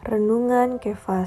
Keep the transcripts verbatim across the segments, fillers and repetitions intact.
Renungan Kefas.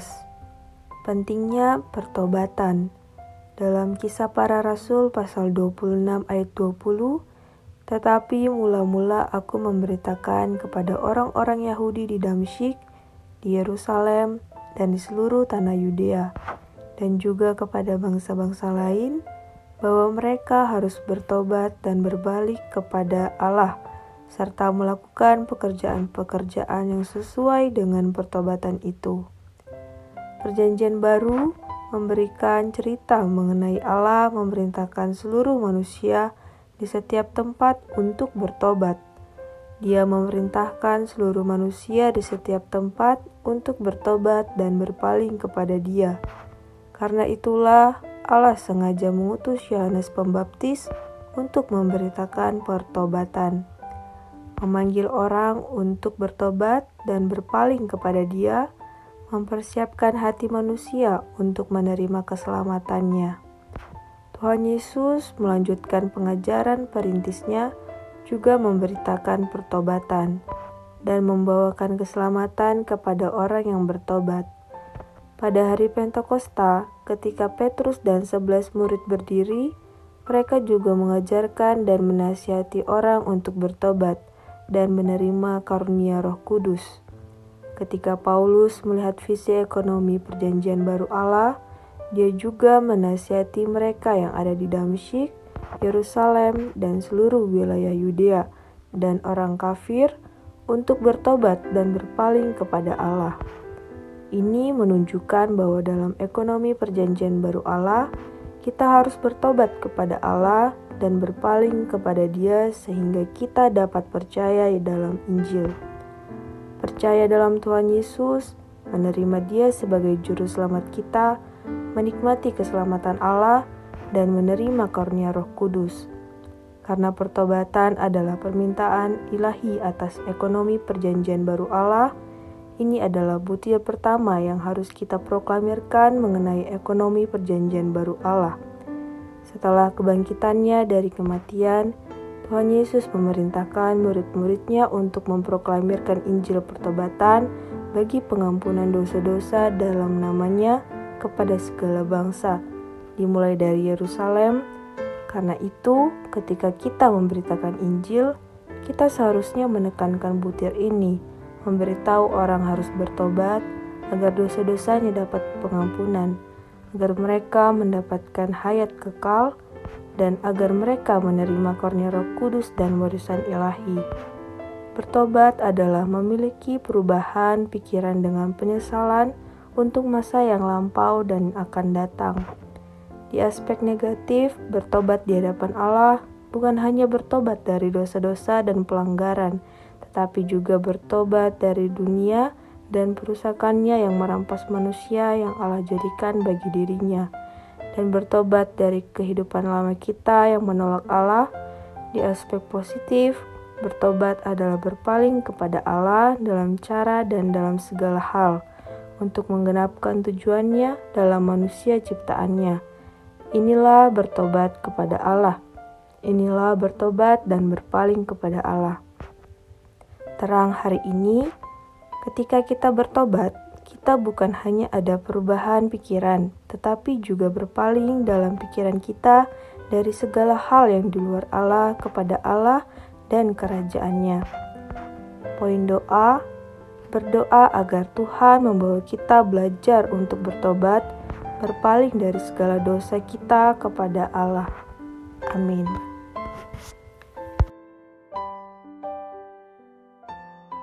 Pentingnya pertobatan. Dalam Kisah Para Rasul pasal dua puluh enam ayat dua puluh, tetapi mula-mula aku memberitakan kepada orang-orang Yahudi di Damsyik, di Yerusalem, dan di seluruh tanah Yudea, dan juga kepada bangsa-bangsa lain, bahwa mereka harus bertobat dan berbalik kepada Allah, serta melakukan pekerjaan-pekerjaan yang sesuai dengan pertobatan itu. Perjanjian Baru memberikan cerita mengenai Allah memerintahkan seluruh manusia di setiap tempat untuk bertobat. Dia memerintahkan seluruh manusia di setiap tempat untuk bertobat dan berpaling kepada Dia. Karena itulah Allah sengaja mengutus Yohanes Pembaptis untuk memberitakan pertobatan, memanggil orang untuk bertobat dan berpaling kepada Dia, mempersiapkan hati manusia untuk menerima keselamatannya. Tuhan Yesus melanjutkan pengajaran perintisnya, juga memberitakan pertobatan dan membawakan keselamatan kepada orang yang bertobat. Pada hari Pentakosta, ketika Petrus dan sebelas murid berdiri, mereka juga mengajarkan dan menasihati orang untuk bertobat dan menerima karunia Roh Kudus. Ketika Paulus melihat visi ekonomi perjanjian baru Allah, dia juga menasihati mereka yang ada di Damsyik, Yerusalem, dan seluruh wilayah Yudea dan orang kafir untuk bertobat dan berpaling kepada Allah. Ini menunjukkan bahwa dalam ekonomi perjanjian baru Allah, kita harus bertobat kepada Allah dan berpaling kepada Dia sehingga kita dapat percaya dalam Injil. Percaya dalam Tuhan Yesus, menerima Dia sebagai juru selamat kita, menikmati keselamatan Allah, dan menerima karunia Roh Kudus. Karena pertobatan adalah permintaan ilahi atas ekonomi perjanjian baru Allah, ini adalah butir pertama yang harus kita proklamirkan mengenai ekonomi perjanjian baru Allah. Setelah kebangkitannya dari kematian, Tuhan Yesus memerintahkan murid-muridnya untuk memproklamirkan Injil pertobatan bagi pengampunan dosa-dosa dalam namanya kepada segala bangsa, dimulai dari Yerusalem. Karena itu, ketika kita memberitakan Injil, kita seharusnya menekankan butir ini, memberitahu orang harus bertobat agar dosa-dosanya dapat pengampunan, agar mereka mendapatkan hayat kekal, dan agar mereka menerima karunia Roh Kudus dan warisan ilahi. Bertobat adalah memiliki perubahan pikiran dengan penyesalan untuk masa yang lampau dan akan datang. Di aspek negatif, bertobat di hadapan Allah bukan hanya bertobat dari dosa-dosa dan pelanggaran, tetapi juga bertobat dari dunia dan perusakannya yang merampas manusia yang Allah jadikan bagi dirinya, dan bertobat dari kehidupan lama kita yang menolak Allah. Di aspek positif, bertobat adalah berpaling kepada Allah dalam cara dan dalam segala hal untuk menggenapkan tujuannya dalam manusia ciptaannya. Inilah bertobat kepada Allah. Inilah bertobat dan berpaling kepada Allah. Terang hari ini, ketika kita bertobat, kita bukan hanya ada perubahan pikiran, tetapi juga berpaling dalam pikiran kita dari segala hal yang di luar Allah kepada Allah dan kerajaannya. Poin doa, berdoa agar Tuhan membawa kita belajar untuk bertobat, berpaling dari segala dosa kita kepada Allah. Amin.